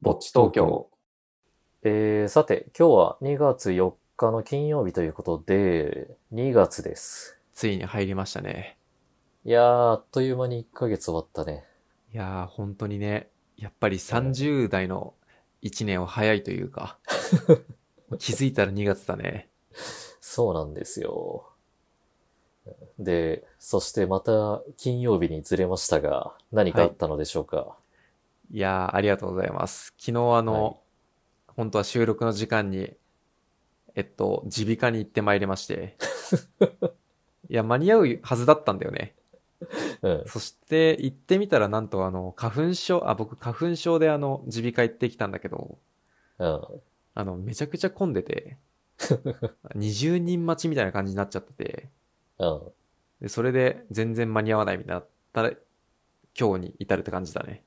ぼっち東京。さて、今日は2月4日の金曜日ということで、2月です。 ついに入りましたね。 いやー、あっという間に1ヶ月終わったね。 いやー、本当にね、やっぱりうん。 30代の1年は早いというか、気づいたら2月だね。 そうなんですよ。で、そしてまた金曜日にずれましたが、何かはい。 あったのでしょうか？ いやー、ありがとうございます。昨日はい。 本当は収録の時間に、耳鼻科に行ってまいりまして、いや、間に合うはずだったんだよね。 うん。 そして行ってみたらなんと僕花粉症で耳鼻科行ってきたんだけど、 うん。 めちゃくちゃ混んでて、20人待ちみたいな感じになっちゃってて、 うん。 で、それで全然間に合わないみたいになったら、今日に至るって感じだね。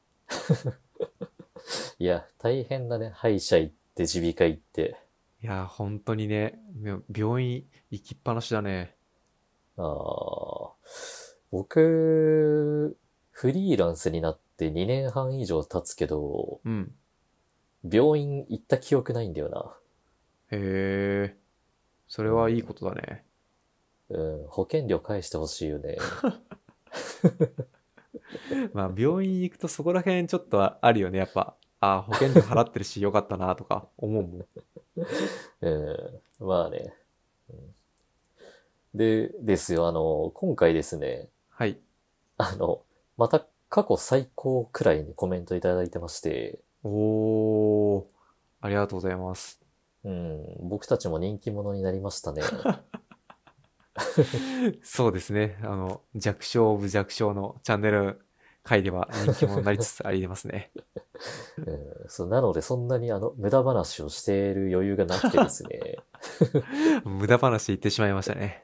いや、大変だね。歯医者行って、耳鼻科行って。 いやー、本当にね、病院行きっぱなしだね。 あー、僕、フリーランスになって2年半以上経つけど、 うん。 病院行った記憶ないんだよな。 へえ、それはいいことだね。 うん、保険料返してほしいよね。 まあ、病院行くとそこら辺ちょっとあるよね、やっぱ。あー、保険料払ってるしよかったなとか思うもん。 うん、まあね。で、ですよ、今回ですね、 はい。 あの、また過去最高くらいにコメントいただいてまして、 おー、ありがとうございます。 うん、僕たちも人気者になりましたね。 そうですね。弱小オブ弱小のチャンネル界では人気者になりつつありますね。 うん、そう、なのでそんなに無駄話をしている余裕がなくてですね。 無駄話言ってしまいましたね。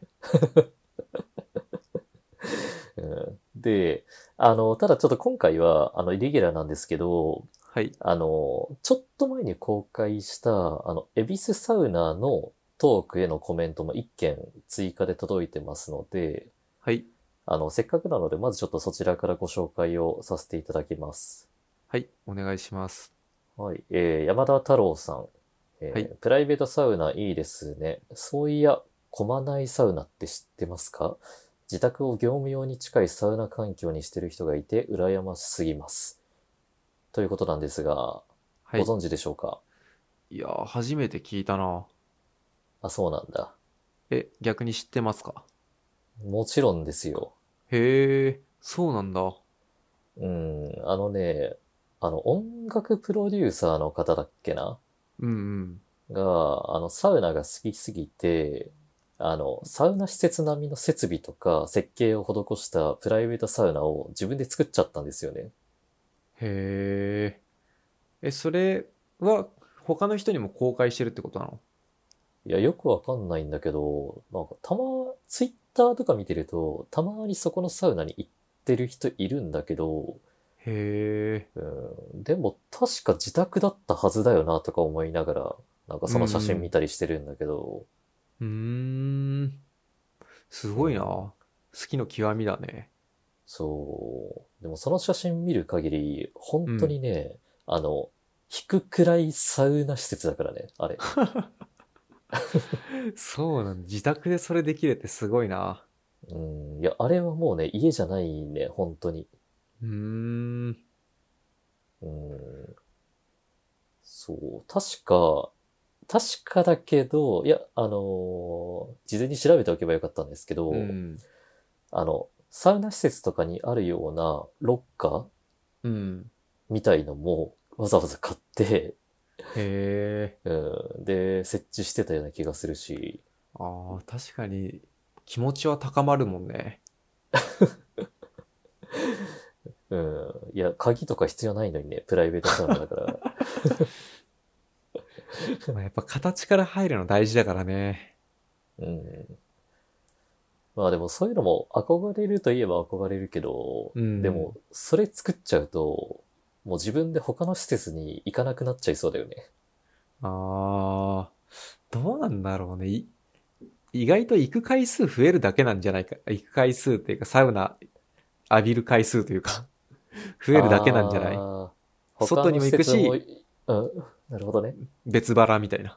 うん、で、ただちょっと今回は、イレギュラーなんですけど、 はい。 ちょっと前に公開した、恵比寿サウナのトークへのコメントも一件追加で届いてますので、 はい。 せっかくなので、まずちょっとそちらからご紹介をさせていただきます。 はい。お願いします。 はい。山田太郎さん。 はい。 プライベートサウナいいですね。そういや、混まないサウナって知ってますか？自宅を業務用に近いサウナ環境にしてる人がいて、羨ましすぎます。ということなんですが、 はい。 ご存知でしょうか？ いやー、初めて聞いたな。 あ、そうなんだ。 逆に知ってますか？ もちろんですよ。 へえ、そうなんだ。 うん、音楽プロデューサーの方だっけなうんうん。 が、サウナが好きすぎて、サウナ施設並みの設備とか設計を施したプライベートサウナを自分で作っちゃったんですよね。 へえ。それは他の人にも公開してるってことなの？ いや、よくわかんないんだけど、なんかツイッターとか見てると、たまにそこのサウナに行ってる人いるんだけど、 へえ。 でも確か自宅だったはずだよなとか思いながら、なんかうんその写真うん。 見たりしてるんだけど、 うーん。すうん、 ごいな。好きの極みだね。 そう。でもその写真見る限り、本当うん。 にね、あの、引くくらいサウナ施設だからね、あれ。 そうなんだ。自宅でそれできるってすごいな。 うん、いや、あれはもうね、家じゃないね、本当に。 うーん。 うん、そう。確かだけど、いや、事前に調べておけばよかったんですけど、 うん。 サウナ施設とかにあるようなロッカーうん。 みたいのもわざわざ買って、 へえ。 うん、で、設置してたような気がするし、 ああ、確かに気持ちは高まるもんね。 うん、いや、鍵とか必要ないのにね、プライベートサウナだから。 まあ、やっぱ形から入るの大事だからね。 うん。まあでもそういうのも憧れるといえば憧れるけど、 うん。 でも、それ作っちゃうと、もう自分で他の施設に行かなくなっちゃいそうだよね。 ああ、どうなんだろうね。意外と行く回数増えるだけなんじゃないか。行く回数っていうか、サウナ浴びる回数というか増えるだけなんじゃない？ あー、他外にもの施設も行くし、 うん、なるほどね。 別腹みたいな。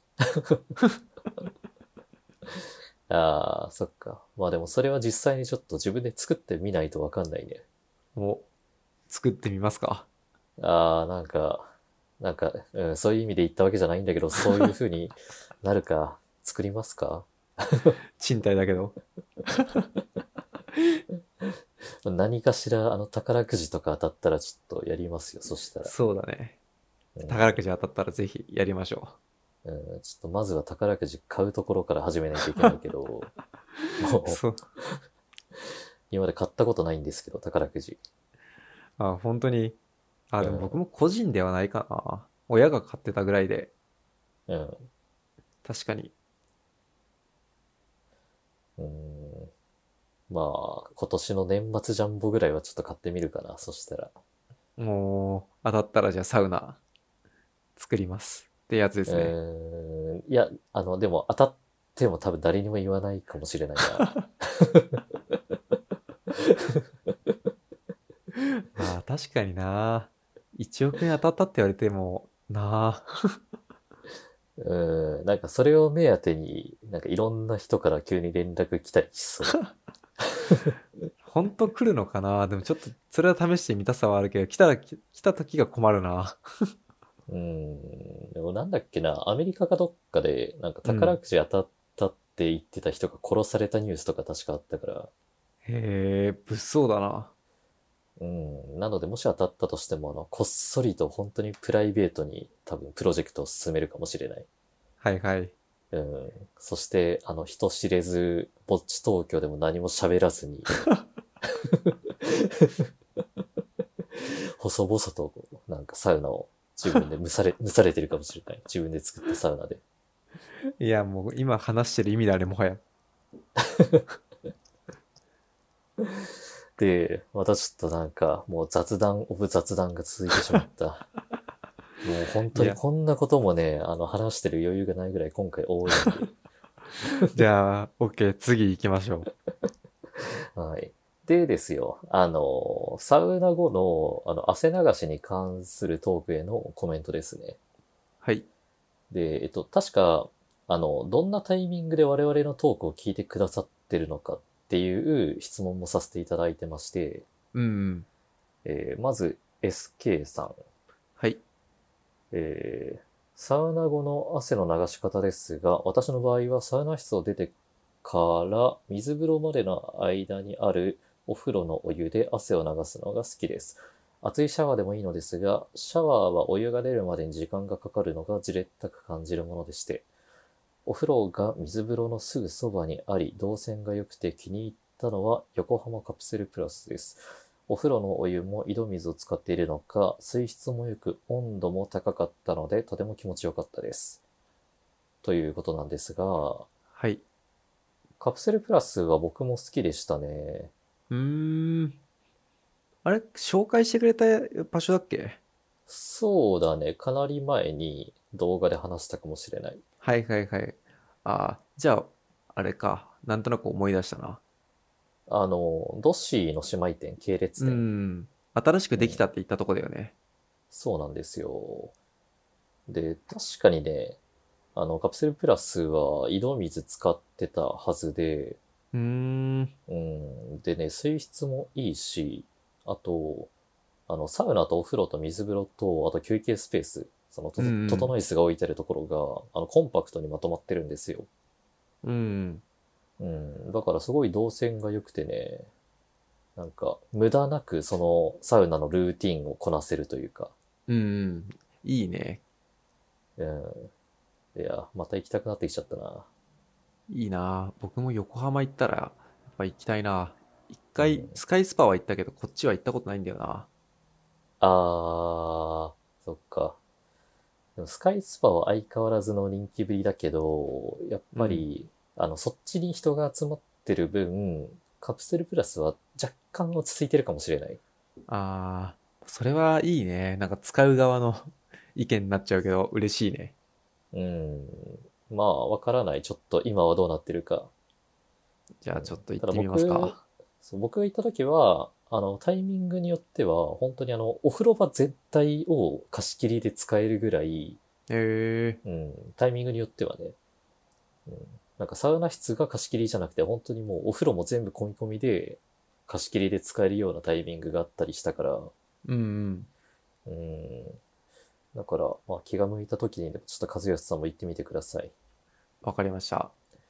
ああ、そっか。まあでもそれは実際にちょっと自分で作ってみないとわかんないね。 を作ってみますか？ ああ、うん、そういう意味で言ったわけじゃないんだけど、そういう風になるか、作りますか？ 賃貸だけど。 何かしら、宝くじとか当たったらちょっとやりますよ、そしたら。 そうだね。 うん、 宝くじ当たったらぜひやりましょうん、ちょっとまずは宝くじ買うところから始めないといけないけど、 う。 もう、 そう。 今まで買ったことないんですけど、宝くじ。 あ、本当に。あ、でも僕うん、 も個人ではないかな。親が買ってたぐらいで、 うん、 確かに。 うん。まあ、今年の年末ジャンボぐらいはちょっと買ってみるかな、そしたら。 もう、当たったらじゃあサウナ作ります。ってやつですね。 いや、でも当たっても多分誰にも言わないかもしれないな。 ああ、確かにな。1億円当たったって言われても、なあ。 なんかそれを目当てに、なんかいろんな人から急に連絡来たりしそ本当来るのかな。でもちょっと、それは試してみたさはあるけど、来た時が困るな。 う。でもなんだっけな、アメリカかどっかで、なんかうん。 宝くじ当たったって言ってた人が殺されたニュースとか確かあったから、 へえ、物騒だな。 なのでもし当たったとしても、こっそりと本当にプライベートに多分プロジェクトを進めるかもしれない。 はいはい。 うん。そして、人知れず、ぼっち東京でも何も喋らずに、細々と、なんかサウナを自分で蒸されてるかもしれない。自分で作ったサウナで。 いや、もう今話してる意味だね、もはや。 で、またちょっとなんか、もう雑談オブ雑談が続いてしまった。もう本当にいや、 こんなこともね、話してる余裕がないぐらい今回多いんで。 じゃあ、OK、次行きましょはい。でですよ、サウナ後の、汗流しに関するトークへのコメントですね。 う。はい。 で、確か、どんなタイミングで我々のトークを聞いてくださってるのかっていう質問もさせていただいてまして、 うんうん。 まず SK さん、 はい。 サウナ後の汗の流し方ですが、私の場合はサウナ室を出てから水風呂までの間にあるお風呂のお湯で汗を流すのが好きです。熱いシャワーでもいいのですが、シャワーはお湯が出るまでに時間がかかるのがじれったく感じるものでして、お風呂が水風呂のすぐそばにあり、動線が良くて気に入ったのは横浜カプセルプラスです。お風呂のお湯も井戸水を使っているのか、水質も良く温度も高かったので、とても気持ちよかったです。ということなんですが、 はい。 カプセルプラスは僕も好きでしたね。 うーん。あれ紹介してくれた場所だっけ？ そうだね。かなり前に動画で話したかもしれない。 はいはいはい。ああ、じゃあ、あれか。なんとなく思い出したな。 ドッシーの姉妹店、系列う店。 ん。新しくうん。 できたって言ったとこだよね。 そうなんですよ。で、確かにね、カプセルプラスは井戸水使ってたはずで、 うーん。 うん。でね、水質もいいし、あと、サウナとお風呂と水風呂と、あと休憩スペース、 うんうん。 整い椅子が置いてあるところが、コンパクトにまとまってるんですよ。 うん。 うん。だからすごい動線が良くてね、なんか、無駄なくそのサウナのルーティンをこなせるというか、 うんうん。いいね。 うん。いや、また行きたくなってきちゃったな。 いいな。僕も横浜行ったら、やっぱ行きたいな。一回、 うん。 スカイスパは行ったけど、こっちは行ったことないんだよな。 そっか。でもスカイスパは相変わらずの人気ぶりだけど、やっうん。 ぱり、そっちに人が集まってる分、カプセルプラスは若干落ち着いてるかもしれない。 ああ、それはいいね。なんか使う側の意見になっちゃうけど、嬉しいね。 うん。まあ、わからない。ちょっと今はどうなってるか。 じゃあちょっと行っただてみますか。 僕が行った時は、 タイミングによっては、本当にお風呂場全体を貸し切りで使えるぐらい、 えうん、タイミングによってはね、うん、なんかサウナ室が貸し切りじゃなくて、本当にもうお風呂も全部込み込みで、貸し切りで使えるようなタイミングがあったりしたから、 うんうん、だから、まあ気が向いた時に、ちょっと和義さんも行ってみてください。 わかりました。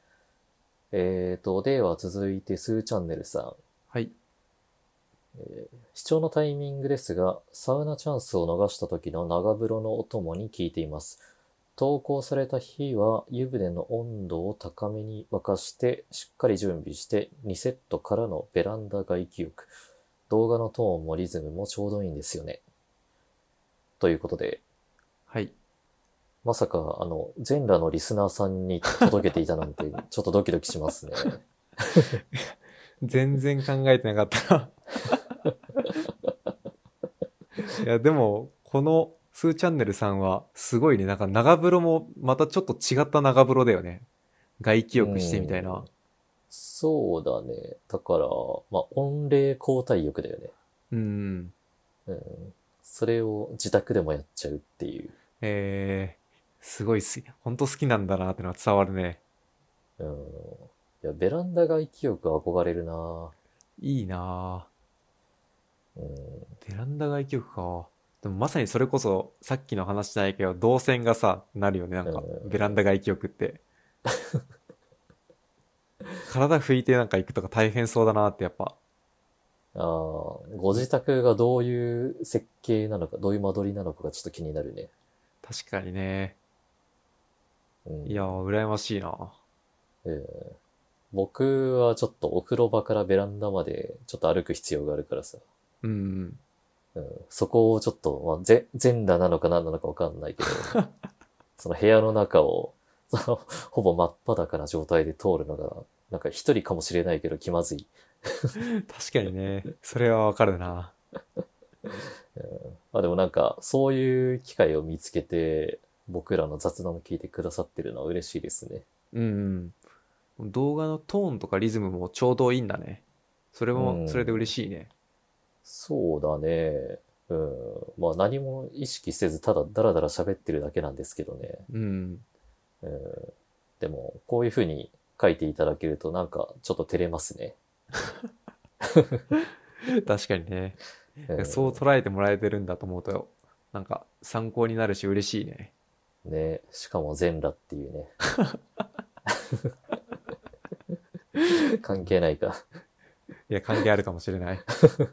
では続いて、スーチャンネルさん。 はい。 視聴のタイミングですが、サウナチャンスを逃した時の長風呂のお供に聞いています。投稿された日は湯船の温度を高めに沸かしてしっかり準備して2セットからのベランダ外気浴。動画のトーンもリズムもちょうどいいんですよね。ということで、 はい。 まさか全裸のリスナーさんに届けていたなんてちょっとドキドキしますね。 全然考えてなかったな。いや、でも、このスーチャンネルさんはすごいね。なんか長風呂もまたちょっと違った長風呂だよね。外気う浴してみたいな。 ん。そうだね。だから、まあ、温冷交代浴だよね。 うん。 うん。それを自宅でもやっちゃうっていう。 すごい本当好きなんだなってのは伝わるね。 うん。いや、ベランダ外気浴は憧れるな。 いいなうん。 ぁ。ベランダ外気浴か。でもまさにそれこそ、さっきの話じゃないけど、動線がさ、なるよね。なんうか、ベランん。 ダ外気浴って。体拭いてなんか行くとか大変そうだなってやっぱ。 ああ、ご自宅がどういう設計なのか、どういう間取りなのかがちょっと気になるね。 確かにね。 うん。 いやー、羨ましいな。 えー僕はちょっとお風呂場からベランダまでちょっと歩く必要があるからさ。 うん。 うん、そこをちょっと、まあ、全裸なのか何なのかわかんないけど、その部屋の中を、その、ほぼ真っ裸な状態で通るのが、なんか一人かもしれないけど気まずい。 確かにね。それはわかるな。 うん、まあでもなんか、そういう機会を見つけて、僕らの雑談を聞いてくださってるのは嬉しいですね。 うん。動画のトーンとかリズムもちょうどいいんだね。それうも、それで嬉ん。 しいね。 そうだね。うん。まあ何も意識せず、ただダラダラ喋ってるだけなんですけどね。 うん。 うん。でも、こういう風に書いていただけるとなんかちょっと照れますね。 確かにね。 うそうん。 捉えてもらえてるんだと思うと、なんか参考になるし嬉しいね。 ね。しかも全裸っていうね。関係ないか。 いや、関係あるかもしれない。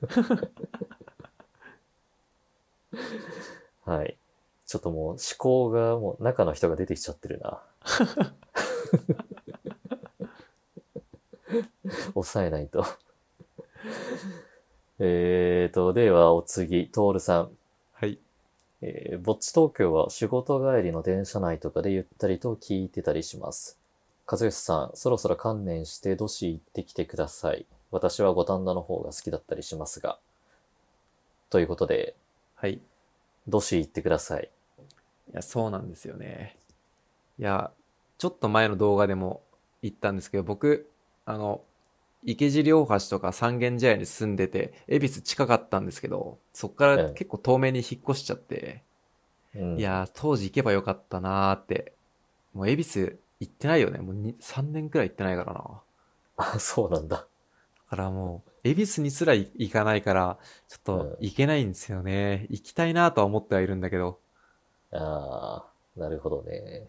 はい。ちょっともう思考がもう中の人が出てきちゃってるな。抑えないと。ではお次、トールさん。 はい。 ぼっち東京は仕事帰りの電車内とかでゆったりと聞いてたりします。和義さん、そろそろ観念してどし行ってきてください。私は五反田の方が好きだったりしますが。ということで、 はい。いどし行ってください。 や、そうなんですよね。いや、ちょっと前の動画でも言ったんですけど、僕、あの、池尻大橋とか三軒茶屋に住んでて、恵比寿近かったんですけど、そっからうん。 結構遠めに引っ越しちゃって、 うん。 いやー、当時行けばよかったなーって。もう恵比寿行ってないよね。もう3年くらい行ってないからな。 あ、そうなんだ。 だからもう、恵比寿にすら行かないから、ちょっとうん。 行けないんですよね。行きたいなとは思ってはいるんだけど。 ああ、なるほどね。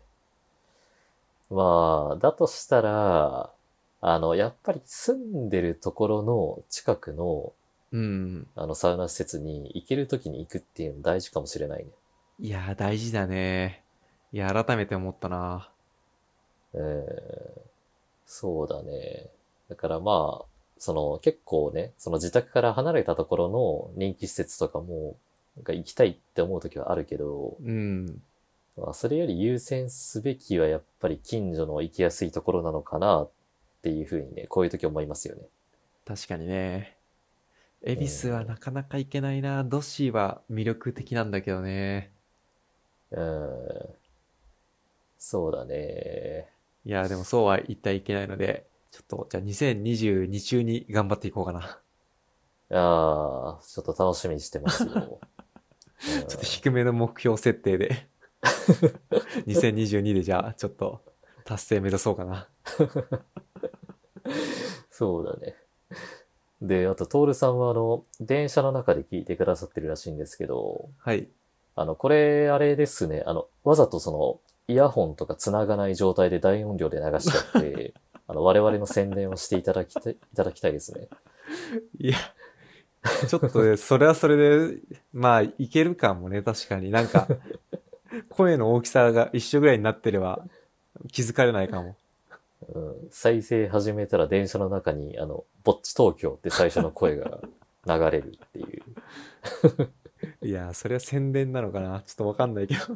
まあ、だとしたら、やっぱり住んでるところの近くの、 うん。 サウナ施設に行けるときに行くっていうの大事かもしれないね。 いやー、大事だね。いや、改めて思ったな。 えそうだね。だからまあ、結構ね、その自宅から離れたところの人気施設とかも、なんか行きたいって思うときはあるけど、 うん。 まあ、それより優先すべきはやっぱり近所の行きやすいところなのかなっていうふうにね、こういう時思いますよね。 確かにね。恵う比寿はなかなか行けないな。ドッシーは魅力的なんだけどね。 ん。うん。そうだね。 いや、でもそうは言ってはいけないので、ちょっと、じゃあ2022中に頑張っていこうかな。 ああ、ちょっと楽しみにしてますよ。うちょっとん、 低めの目標設定で2022でじゃあちょっと達成目指そうかな。 そうだね。で、あと、トールさんは電車の中で聞いてくださってるらしいんですけど、 はい。 これ、あれですね。わざとイヤホンとか繋がない状態で大音量で流しちゃって、我々の宣伝をしていただきたいですね。 いや、ちょっとね、それはそれで、まあ、いけるかもね、確かに。なんか、声の大きさが一緒ぐらいになってれば気づかれないかも。 うん、再生始めたら電車の中に、ぼっち東京って最初の声が流れるっていう。 いや、それは宣伝なのかなちょっとわかんないけど。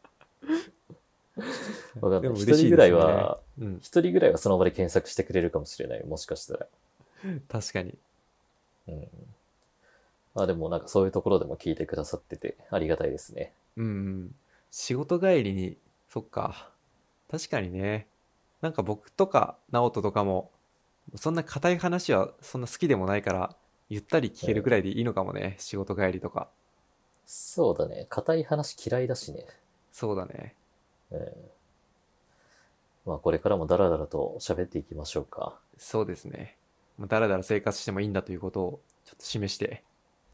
わかんない。 でも嬉しいですね。 一人ぐらいはその場で検索してくれるかもしれない。もしかしたら。 確かに。 うん。まあでもなんかそういうところでも聞いてくださっててありがたいですね。 うん。仕事帰りに、そっか。確かにね。なんか僕とか、直人とかも、そんな硬い話はそんな好きでもないから、ゆったり聞けるくらいでいいのかもね。仕事帰りとか。 そうだね。硬い話嫌いだしね。 そうだね。 まあこれからもダラダラと喋っていきましょうか。 そうですね。もうだらだら生活してもいいんだということをちょっと示して。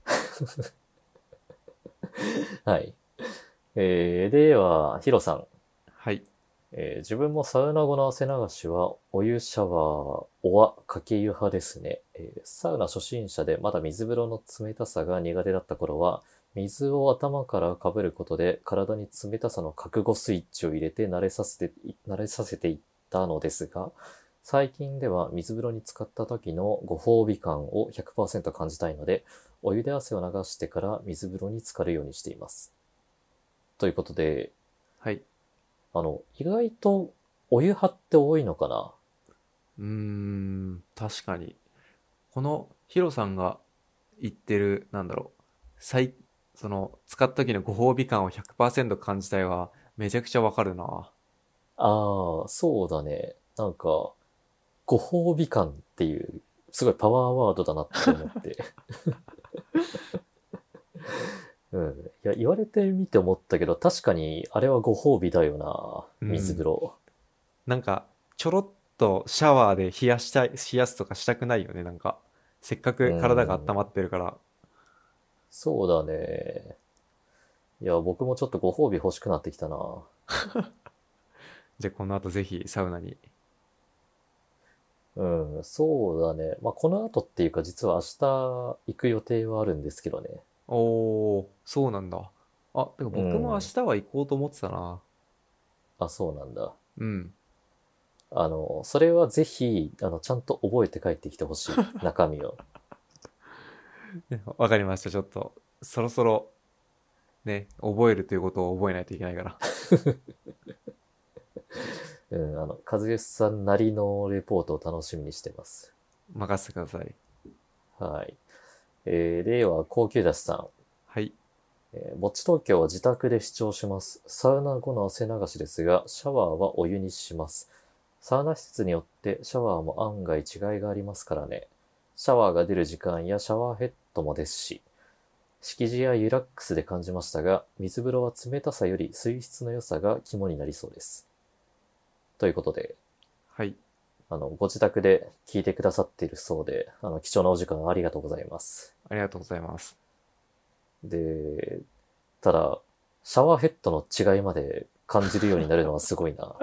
はい。では、ヒロさん。 はい。 自分もサウナ後の汗流しは、お湯シャワー、おわ、かけ湯派ですね。サウナ初心者でまだ水風呂の冷たさが苦手だった頃は、水を頭からかぶることで体に冷たさの覚悟スイッチを入れて慣れさせていったのですが、最近では水風呂に浸かった時のご褒美感を100%感じたいので、お湯で汗を流してから水風呂に浸かるようにしています。ということで、 はい。 意外とお湯派って多いのかな？ 確かに。このヒロさんが言ってる、なんだろう、その、使った時のご褒美感を100%感じたいは、めちゃくちゃわかるな。 ああ、そうだね。なんか、ご褒美感っていう、すごいパワーワードだなって思って。うん。いや、言われてみて思ったけど、確かに、あれはご褒美だよな。水風うん。 呂。 なんか、ちょろっとシャワーで冷やすとかしたくないよね、なんか。せっかうく体が温まん。 ってるから。 そうだね。いや、僕もちょっとご褒美欲しくなってきたな。 じゃあこの後ぜひサウナに。 うん、そうだね。まあ、この後っていうか、実は明日行く予定はあるんですけどね。 おー、そうなんだ。あ、てかう僕も明ん。 日は行こうと思ってたな。 あ、そうなんだ。 うん。 それはぜひ、ちゃんと覚えて帰ってきてほしい。中身を。 わかりました。ちょっと、そろそろね、覚えるということを覚えないといけないから。 うん、和義さんなりのレポートを楽しみにしてます。 任せてください。 はい。では、高級ダシさん。 はい。 ぼっち東京は自宅で視聴します。サウナ後の汗流しですが、シャワーはお湯にします。サウナ施設によってシャワーも案外違いがありますからね。シャワーが出る時間やシャワーヘッドもですし、敷地やユラックスで感じましたが、水風呂は冷たさより水質の良さが肝になりそうです。ということで、 はい。 ご自宅で聞いてくださっているそうで、貴重なお時間ありがとうございます。 ありがとうございます。 で、ただ、シャワーヘッドの違いまで感じるようになるのはすごいな。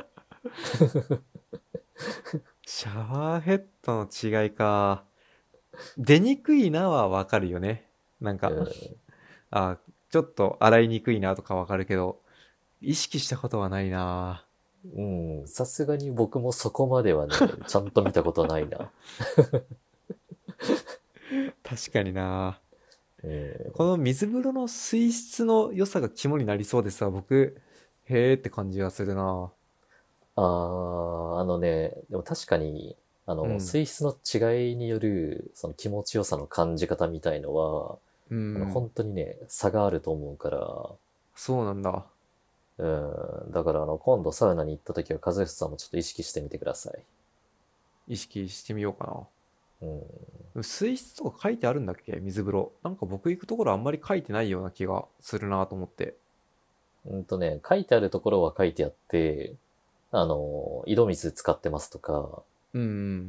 シャワーヘッドの違いか。出にくいなはわかるよね。なんか、 うん、 あ、ちょっと洗いにくいなとかわかるけど、意識したことはないな。 うん、さすがに僕もそこまではね、ちゃんと見たことないな。 確かにな。 うん、 この水風呂の水質の良さが肝になりそうでさ、僕、へーって感じがするな。 でも確かに、 うん。 水質の違いによる、その気持ちよさの感じ方みたいのは、 うん。 本当にね、差があると思うから、 そうなんだ。 うん、だから今度サウナに行った時は和義さんもちょっと意識してみてください。 意識してみようかな。 うん。 水質とか書いてあるんだっけ水風呂。なんか僕行くところあんまり書いてないような気がするなと思って。 書いてあるところは書いてあって、井戸水使ってますとか、 うん。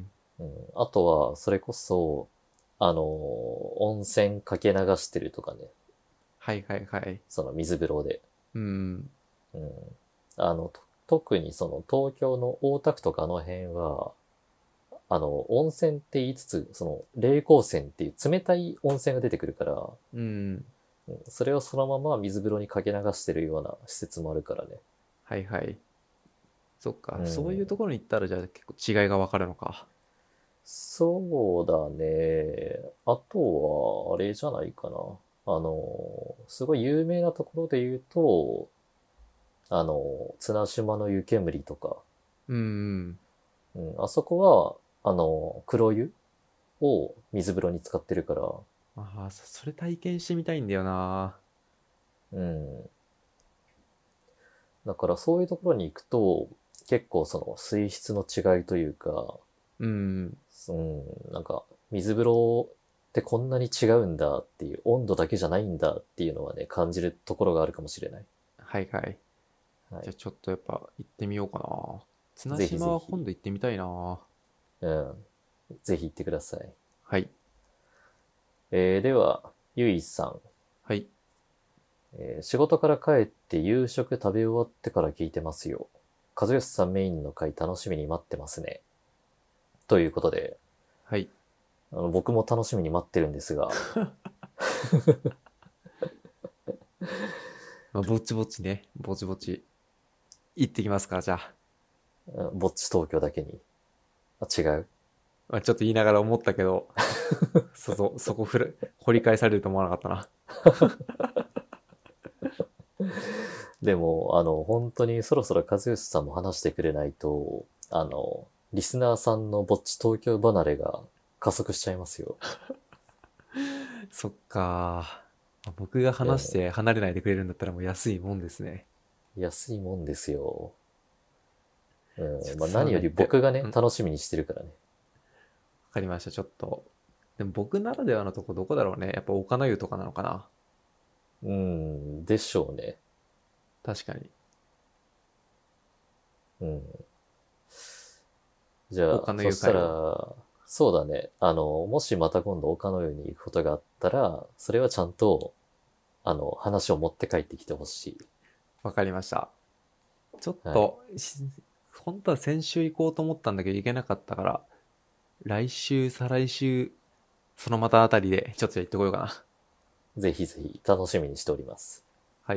うん、あとは、それこそ、温泉かけ流してるとかね、 はいはいはい。 その水風呂で。 うん。 うん、特にその東京の大田区とかの辺は、温泉って言いつつ、その冷光泉っていう冷たい温泉が出てくるから、 うん。 それをそのまま水風呂にかけ流してるような施設もあるからね。 はいはい。そっか。そういううん。 ところに行ったらじゃあ結構違いがわかるのか。 そうだね。あとは、あれじゃないかな。すごい有名なところで言うと、綱島の湯煙とか、 うん。 うん、あそこは、黒湯を水風呂に使ってるから、 ああ、それ体験してみたいんだよな。 うん。だからそういうところに行くと、結構その水質の違いというか、 うん。 うん、なんか水風呂ってこんなに違うんだっていう、温度だけじゃないんだっていうのはね、感じるところがあるかもしれない。 はいはい。 はい。 じゃあちょっとやっぱ行ってみようかな。綱ぜひぜひ、 島は今度行ってみたいな。 うん、ぜひ行ってください。 はい。 では、ゆいさん、 はい。 仕事から帰って夕食食べ終わってから聞いてますよ。和義さんメインの回楽しみに待ってますね。ということで、 はい。 僕も楽しみに待ってるんですが、 まあ、ぼちぼちね。ぼちぼち。行ってきますか、じゃあ。 ぼっち東京だけに。あ、違う。 まあ、ちょっと言いながら思ったけど、そこ掘り返されると思わなかったな。 でも、本当にそろそろ和義さんも話してくれないと、リスナーさんのぼっち東京離れが加速しちゃいますよ。 そっか。僕が話しうん。 て離れないでくれるんだったらもう安いもんですね。 安いもんですよ。うん。 ちょっとまあ何よりサウナ行って、 僕がね、 うん、わ楽しみにしてるからね。 かりました、ちょっと。でも僕ならではのとこどこだろうね。やっぱ岡の湯とかなのかな。 うん、でしょうね。 確かに。 うん。じゃあ、 岡のそした湯会を。 ら、そうだね。もしまた今度岡の湯に行くことがあったら、それはちゃんと、話を持って帰ってきてほしい。 わかりました。ちょっはい。 と、本当は先週行こうと思ったんだけど行けなかったから、来週、再来週、そのまたあたりでちょっと行ってこようかな。 ぜひぜひ楽しみにしております。 はい。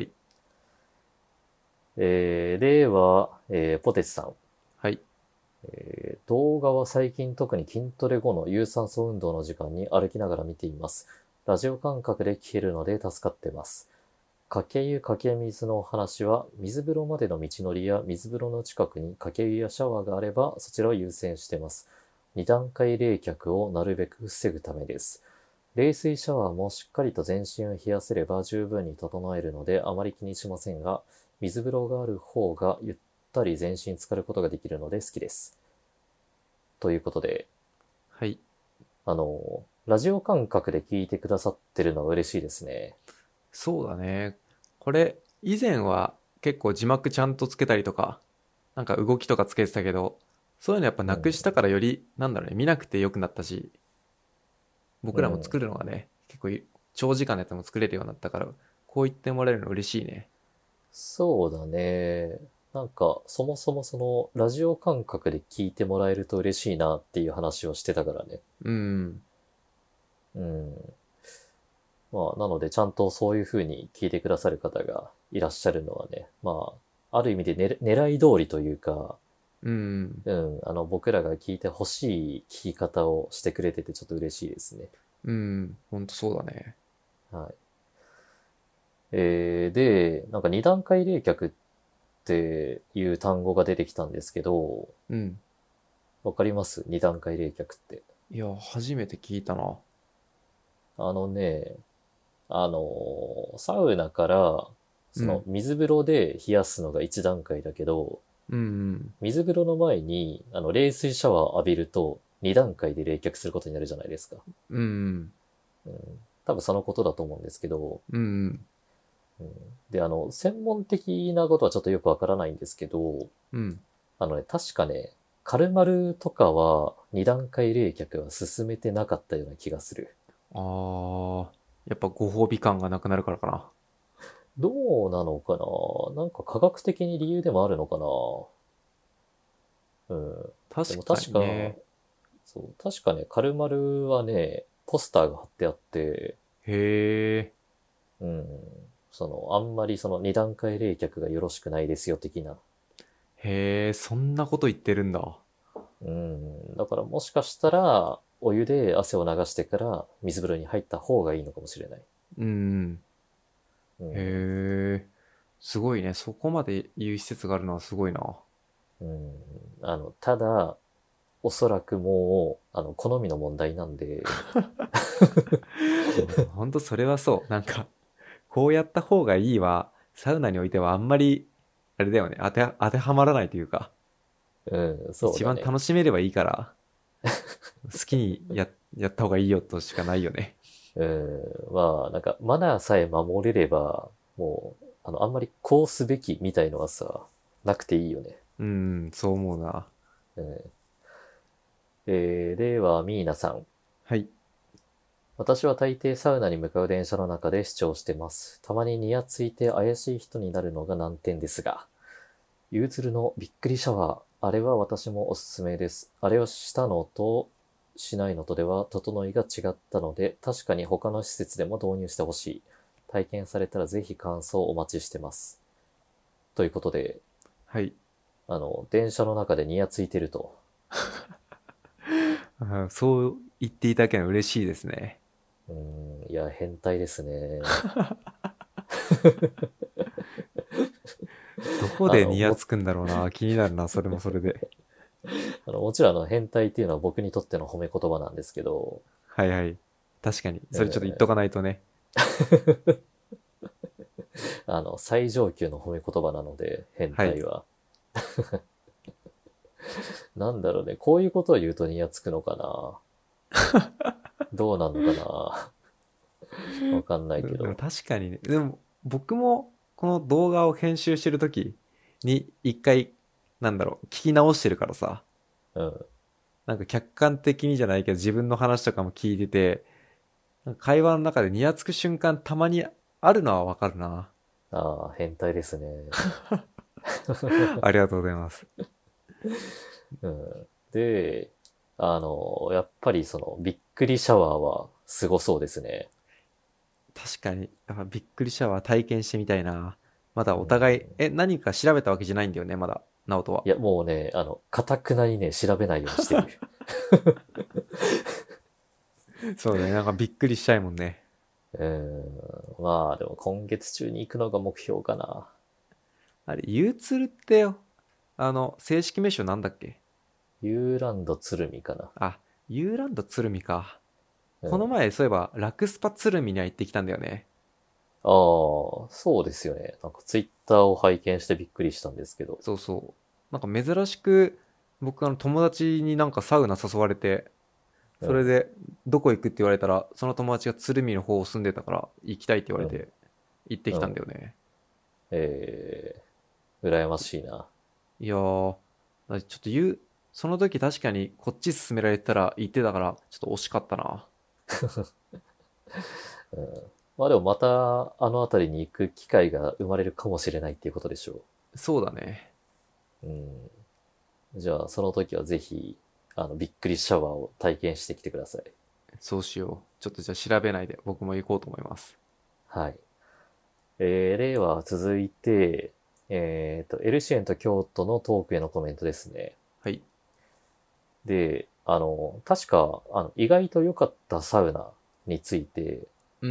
では、ポテチさん。 はい。 動画は最近特に筋トレ後の有酸素運動の時間に歩きながら見ています。ラジオ感覚で聞けるので助かってます。かけ湯かけ水のお話は、水風呂までの道のりや水風呂の近くにかけ湯やシャワーがあれば、そちらを優先してます。二段階冷却をなるべく防ぐためです。冷水シャワーもしっかりと全身を冷やせれば十分に整えるのであまり気にしませんが、水風呂がある方がゆったり全身浸かることができるので好きです。ということで、 はい。 ラジオ感覚で聞いてくださってるのは嬉しいですね。 そうだね。これ、以前は結構字幕ちゃんとつけたりとか、なんか動きとかつけてたけど、そういうのやっぱうん。 なくしたからより、なんだろうね、見なくてよくなったし、僕らもうん。 作るのがね、結構長時間のやつも作れるようになったから、こう言ってもらえるの嬉しいね。 そうだね。なんか、そもそもその、ラジオ感覚で聞いてもらえると嬉しいなっていう話をしてたからね。 うん。 うん。まあ、なので、ちゃんとそういう風に聞いてくださる方がいらっしゃるのはね、まあ、ある意味で狙い通りというか、 うん。 うん、僕らが聞いてほしい聞き方をしてくれててちょっと嬉しいですね。 うん。ほんとそうだね。 はい。で、なんか二段階冷却っていう単語が出てきたんですけど、 うん。 わかります二段階冷却って。 いや、初めて聞いたな。 あのね、サウナから、そのうん。 水風呂で冷やすのが一段階だけど、 うん。 水風呂の前に、冷水シャワー浴びると 2段階で冷却することになるじゃないですか。 うん。 うん、多分そのことだと思うんですけど、 うん。 うん、で、専門的なことはちょっとよくわからないんですけど、 うん。 確かね、カルマルとかは2段階冷却は進めてなかったような気がする。 あー、やっぱご褒美感がなくなるからかな。 どうなのかな、なんか科学的に理由でもあるのかな。うん。でも確か確か、 にね。 そう、確かね、カルマルはね、ポスターが貼ってあって、 へえ。 うん。あんまり二段階冷却がよろしくないですよ、的な。 へえ、そんなこと言ってるんだ。 うん。だからもしかしたら、お湯で汗を流してから水風呂に入った方がいいのかもしれない。 うん。 うん。 へえ。すごいね。そこまで言う施設があるのはすごいな。 うん。ただ、おそらくもう、好みの問題なんで、 ほんとそれはそう。なんか、こうやった方がいいは、サウナにおいてはあんまり、あれだよね。当てはまらないというか、 うん、そう一番だね。 楽しめればいいから、好きにやった方がいいよとしかないよね。 うん。まあ、なんか、マナーさえ守れれば、もう、あんまりこうすべきみたいのはさ、なくていいよね。 うん、そう思うな。 うん。では、ミーナさん。 はい。 私は大抵サウナに向かう電車の中で視聴してます。たまにニヤついて怪しい人になるのが難点ですが、ゆうつるのびっくりシャワー。あれは私もおすすめです。あれをしたのとしないのとでは整いが違ったので、確かに他の施設でも導入してほしい。体験されたらぜひ感想をお待ちしてます。ということで、 はい。 電車の中でニヤついてると。 そう言っていただけるの嬉しいですね。 いや、変態ですね。 どこあの、 でニヤも、 つくんだろうな。気になるな。それもそれで。 もちろん変態っていうのは僕にとっての褒め言葉なんですけど、 はいはい。確かに。それちょっと言っとえかないとね。 最上級の褒め言葉なので、変はい。 態は。なんだろうね、こういうことを言うとニヤつくのかな、どうなんのかな、わかんないけでもど。 確かにね。でも僕もこの動画を編集してるときに一回、聞き直してるからさ。 うん。 なんか客観的にじゃないけど自分の話とかも聞いてて、なんか会話の中でニヤつく瞬間たまにあるのはわかるな。 ああ、変態ですね。 ありがとうございます。 うん。で、やっぱりびっくりシャワーはすごそうですね。 確かに。やっぱびっくりシャワー体験してみたいな。まだうん。 お互い、何か調べたわけじゃないんだよね、まだ、ナオトは。 いや、もうね、かたくなにね、調べないようにしてる。 そうだね、なんかびっくりしちゃいもんね。 うん。まあ、でも今月中に行くのが目標かな。 あれ、ユーツルって、正式名称なんだっけ？ ユーランド鶴見かな。 あ、ユーランド鶴見か。 うん。 この前、そういえば、ラクスパ鶴見には行ってきたんだよね。 ああ、そうですよね。なんかツイッターを拝見してびっくりしたんですけど。 そうそう。なんか珍しく、僕友達になんかサウナ誘われて、 うん、 それで、どこ行くって言われたら、その友達が鶴見の方を住んでたから、行きたいって言わうん、 れて、行ってきたんうん。 だよね。 羨ましいな。 いやー、ちょっとその時確かにこっち勧められてたら行ってたから、ちょっと惜しかったな。 うん。まあでもまたあの辺りに行く機会が生まれるかもしれないっていうことでしょそうだね。 う。うん。じゃあその時はぜひ、びっくりシャワーを体験してきてください。 そうしよう。ちょっとじゃあ調べないで僕も行こうと思います。 はい。例は続いて、エルシエンと京都のトークへのコメントですね。 はい。 で、確か、意外と良かったサウナについて、 うん。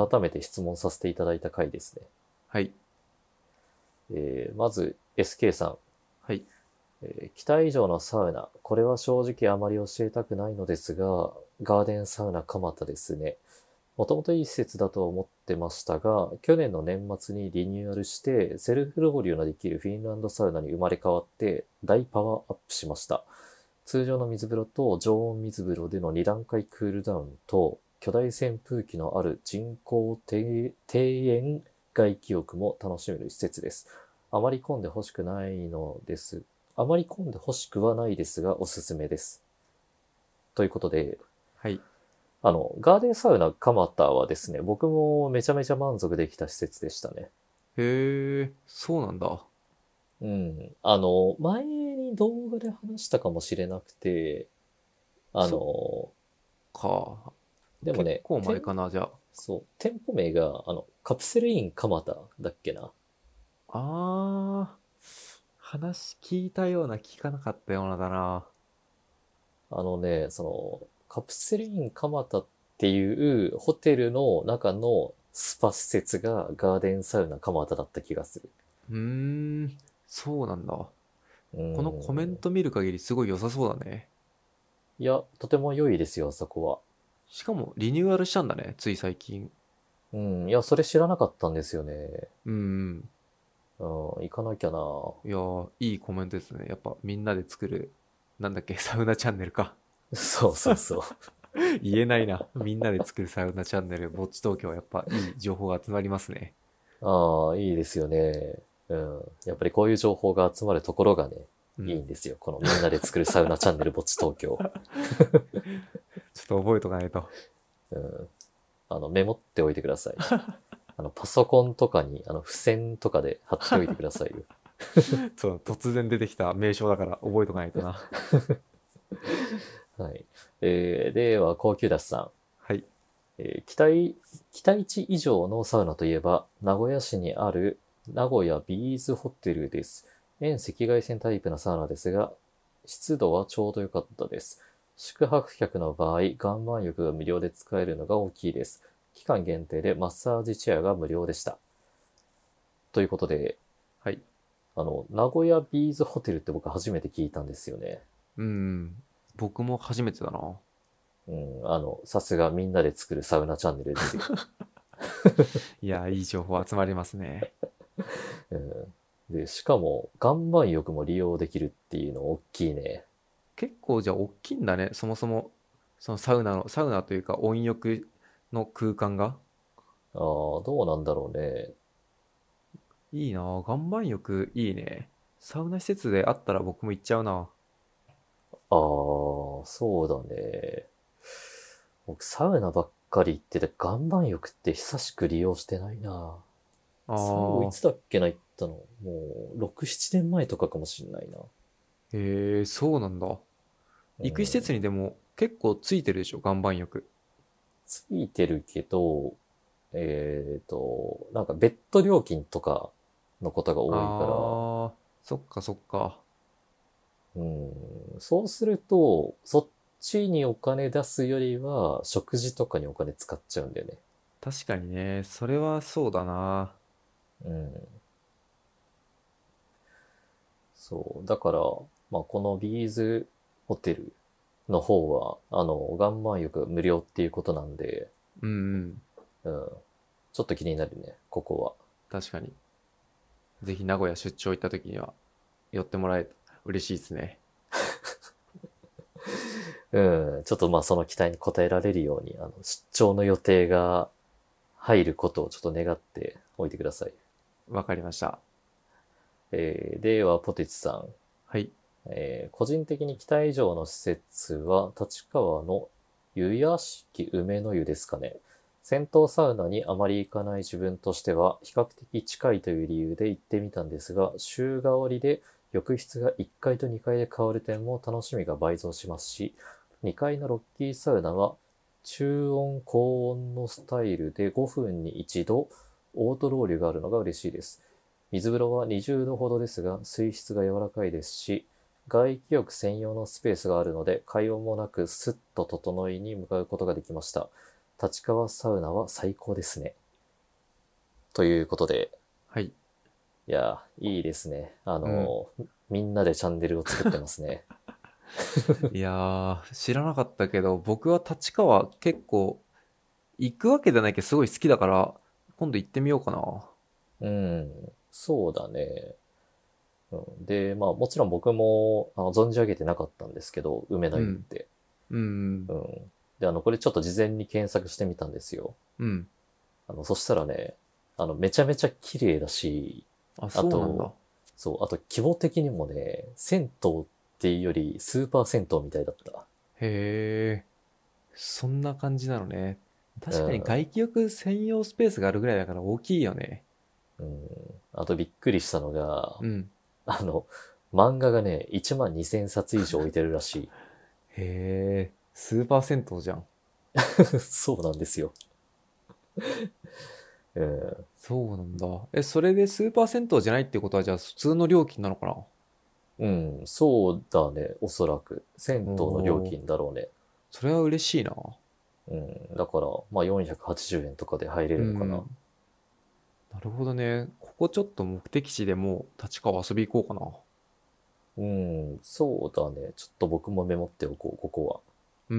改めて質問させていただいた回ですね。 はい。 まず、SK さん。 はい。 期待以上のサウナ。これは正直あまり教えたくないのですが、ガーデンサウナ蒲田ですね。もともといい施設だと思ってましたが、去年の年末にリニューアルして、セルフロウリュのできるフィンランドサウナに生まれ変わって、大パワーアップしました。 通常の水風呂と常温水風呂での2段階クールダウンと、巨大扇風機のある人工庭園外気浴も楽しめる施設です。あまり混んで欲しくないのです。あまり混んで欲しくはないですが、おすすめです。ということで、 はい。 ガーデンサウナ蒲田はですね、僕もめちゃめちゃ満足できた施設でしたね。 へえ、そうなんだ。 うん。前に動画で話したかもしれなくて、あそっの、 か。 でもね、 結構前かな、じゃそう、店舗名が、カプセルイン蒲田だっけな。 あ。話聞いたような聞かなかったようなだな。 カプセルイン蒲田っていうホテルの中のスパ施設がガーデンサウナ蒲田だった気がする。 うーん、そうなんだ。 うこのコメンん。 ト見る限りすごい良さそうだね。 いや、とても良いですよ、あそこは。 しかもリニューアルしたんだね、つい最近。 うん。いや、それ知らなかったんですよね。 うんうん。 うん、行かなきゃな。 いやー、いいコメントですね。やっぱみんなで作る、なんだっけ、サウナチャンネルか。 そうそうそう。 言えないな。みんなで作るサウナチャンネル、ぼっち東京はやっぱいい情報が集まりますね。 ああ、いいですよね。うん。やっぱりこういう情報が集まるところがね、 うん。 いいんですよ。このみんなで作るサウナチャンネルぼっち東京。 ちょっと覚えとかないと。 うん。メモっておいてください。パソコンとかに、付箋とかで貼っておいてくださいよ。 そう、突然出てきた名称だから覚えとかないとな。 はい。では、高級ダスさん。 はい。 期待値以上のサウナといえば、名古屋市にある名古屋ビーズホテルです。遠赤外線タイプのサウナですが、湿度はちょうど良かったです。宿泊客の場合、岩盤浴が無料で使えるのが大きいです。期間限定でマッサージチェアが無料でした。ということで、 はい。 名古屋ビーズホテルって僕初めて聞いたんですよね。 うん。僕も初めてだな。 うん、さすがみんなで作るサウナチャンネルですよ。 いや、いい情報集まりますね。 うん、で、しかも、岩盤浴も利用できるっていうの大きいね。 結構じゃあ大きいんだね。そもそも、そのサウナというか温浴の空間が。 ああ、どうなんだろうね。 いいなぁ。岩盤浴いいね。サウナ施設であったら僕も行っちゃうな。 ああ、そうだね。僕、サウナばっかり行ってて、岩盤浴って久しく利用してないな。 あ最後いあ、 つだっけな、行ったの。もう、6、7年前とかかもしんないな。 へえ、そうなんだ。 う行く施設にん。 でも結構ついてるでしょ、岩盤浴。 ついてるけど、なんかベッド料金とかのことが多いから、 ああ、そっかそっか。 うん、そうすると、そっちにお金出すよりは、食事とかにお金使っちゃうんだよね。 確かにね、それはそうだな。 うん。そう。だから、まあ、このビーズホテルの方は、岩盤浴無料っていうことなんで、 うんうん。 うん。ちょっと気になるね、ここは。 確かに。ぜひ名古屋出張行った時には寄ってもらえたら嬉しいですね。 うん。ちょっとまあその期待に応えられるように、出張の予定が入ることをちょっと願っておいてください。 わかりました。 では、ポテチさん。 はい。 個人的に期待以上の施設は、立川の湯屋敷梅の湯ですかね。銭湯サウナにあまり行かない自分としては、比較的近いという理由で行ってみたんですが、週替わりで浴室が1階と2階で変わる点も楽しみが倍増しますし、2階のロッキーサウナは、中温高温のスタイルで5分に一度、オートロールがあるのが嬉しいです。水風呂は20度ほどですが、水質が柔らかいですし、外気浴専用のスペースがあるので、会話もなくスッと整いに向かうことができました。立川サウナは最高ですね。ということで、 はい。 いや、いいですね。 うん。 みんなでチャンネルを作ってますね。 いやー、知らなかったけど、僕は立川結構行くわけじゃないけどすごい好きだから、今度行ってみようかな。 うん、そうだね。うん、 で、まあもちろん僕も存じ上げてなかったんですけど、梅の湯って。 うん。 うん。で、これちょっと事前に検索してみたんですよ。 うん。 そしたらね、めちゃめちゃ綺麗だし、 あ、 あそうなんだ。 と、そう、あと規模的にもね、銭湯っていうよりスーパー銭湯みたいだった。 へえ、そんな感じなのね。確かにうん。 外気浴専用スペースがあるぐらいだから大きいよね。 うん。あとびっくりしたのが、 うん。 あの、漫画がね、1万2000冊以上置いてるらしへえ、スーパー銭湯じゃん。 い。そうなんですよ。うん。 そうなんだ。それでスーパー銭湯じゃないってことはじゃあ普通の料金なのかな？ うん、そうだね、おそらく。銭湯の料おー、 金だろうね。 それは嬉しいな。 うん。だから、まあ480円とかで入れるのかな。 うん。なるほどね。ここちょっと目的地でもう立川遊び行こうかな。 うん、そうだね。ちょっと僕もメモっておこう、ここは。 うん。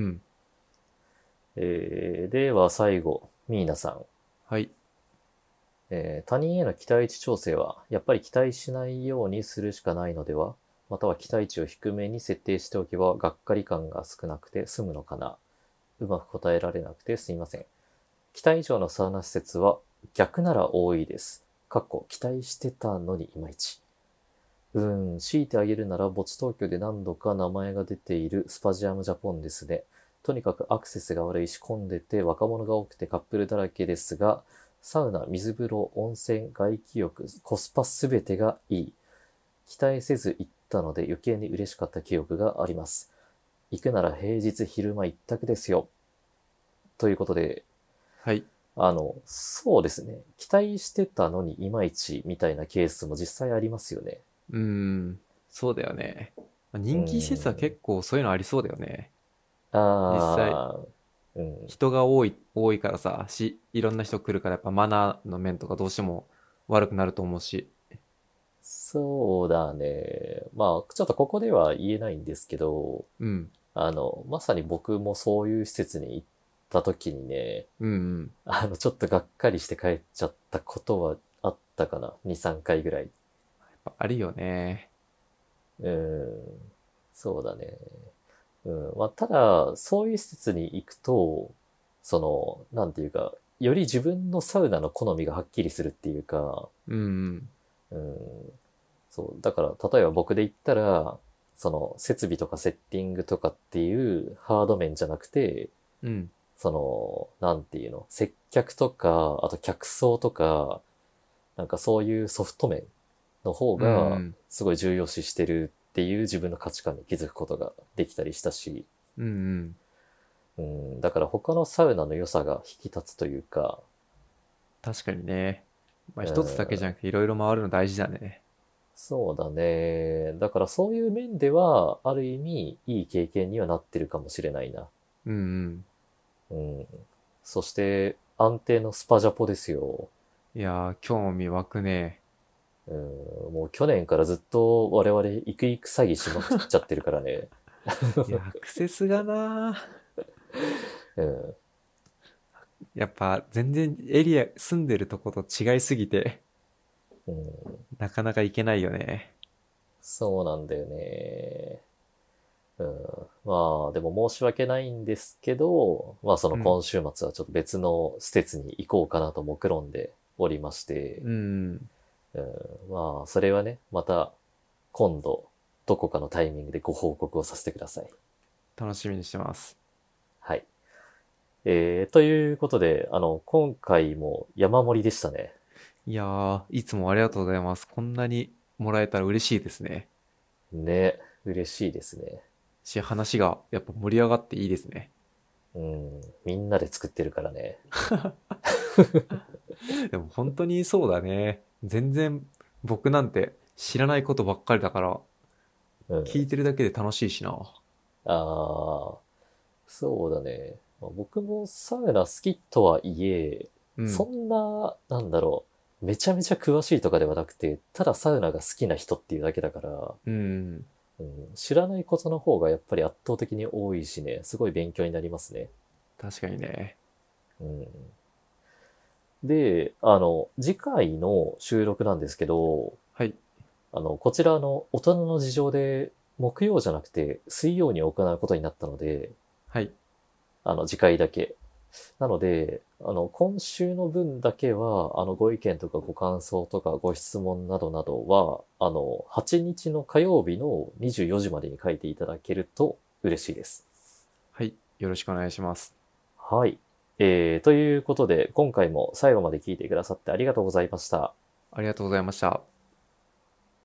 では最後、ミーナさん。 はい。 他人への期待値調整は、やっぱり期待しないようにするしかないのでは、または期待値を低めに設定しておけば、がっかり感が少なくて済むのかな。うまく答えられなくてすいません。期待以上のサウナ施設は逆なら多いです。かっこ期待してたのにいまいち。強いてあげるなら墓地東京で何度か名前が出ているスパジアムジャポンですね。とにかくアクセスが悪いし混んでて若者が多くてカップルだらけですが、サウナ、水風呂、温泉、外気浴、コスパすべてがいい。期待せず行ったので余計に嬉しかった記憶があります。行くなら平日昼間一択ですよ。ということで、 はい。 そうですね。期待してたのにいまいちみたいなケースも実際ありますよね。 うーん。そうだよね。まあう人気施設はん。 結構そういうのありそうだよね。実際、 ああ、うん。 人が多いからさ、いろんな人来るからやっぱマナーの面とかどうしても悪くなると思うし。 そうだね。まあ、ちょっとここでは言えないんですけど、 うん。 まさに僕もそういう施設に行った時にね、 うんうん。 ちょっとがっかりして帰っちゃったことはあったかな。2、3回ぐらい。 やっぱあるよね。 うん。そうだね。うん。まあ、ただ、そういう施設に行くと、なんていうか、より自分のサウナの好みがはっきりするっていうか、 うんうん。 うん。そう。だから、例えば僕で言ったら、設備とかセッティングとかっていうハード面じゃなくて、 うん。 なんていうの、接客とか、あと客層とか、なんかそういうソフト面の方うんうが、 ん。 すごい重要視してるっていう自分の価値観に気づくことができたりしたし、 うんうん。 うん、だから他のサウナの良さが引き立つというか、 確かにね。まあう一つだけじゃなん、 くていろいろ回るの大事だね。 そうだね。だからそういう面では、ある意味、いい経験にはなってるかもしれないな。 うんうん。 うん。そして、安定のスパジャポですよ。 いやー、興味湧くね。 うん、もう去年からずっと我々、行く行く詐欺しまくっちゃってるからね。 いや、アクセスがなうん。 ー。やっぱ全然エリア、住んでるとこと違いすぎて、 うん、 なかなか行けないよね。 そうなんだよね。うん、まあ、でも申し訳ないんですけど、まあそのうん。 今週末はちょっと別の施設に行こうかなと目論んでおりまして、 うん。 うん、まあ、それはね、また今度、どこかのタイミングでご報告をさせてください。 楽しみにしてます。 はい。ということで、今回も山盛りでしたね。 いやー、いつもありがとうございます。こんなにもらえたら嬉しいですね。 ね、嬉しいですね。 話がやっぱ盛り上がっていいですね。 うん、みんなで作ってるからね。 でも本当にそうだね。全然僕なんて知らないことばっかりだから、 うん。 聞いてるだけで楽しいしな。 ああ、そうだね。まあ僕もサウナ好きとはいえ、そうん。 んな、なんだろう、めちゃめちゃ詳しいとかではなくて、ただサウナが好きな人っていうだけだから、 うん。 うん、知らないことの方がやっぱり圧倒的に多いしね、すごい勉強になりますね。 確かにね。 うん、で、次回の収録なんですけど、 はい。 こちら大人の事情で木曜じゃなくて水曜に行うことになったので、 はい。 次回だけ。なので、今週の分だけは、ご意見とかご感想とかご質問などなどは、8日の火曜日の24時までに書いていただけると嬉しいです。 はい。よろしくお願いします。 はい。ということで、今回も最後まで聞いてくださってありがとうございました。 ありがとうございました。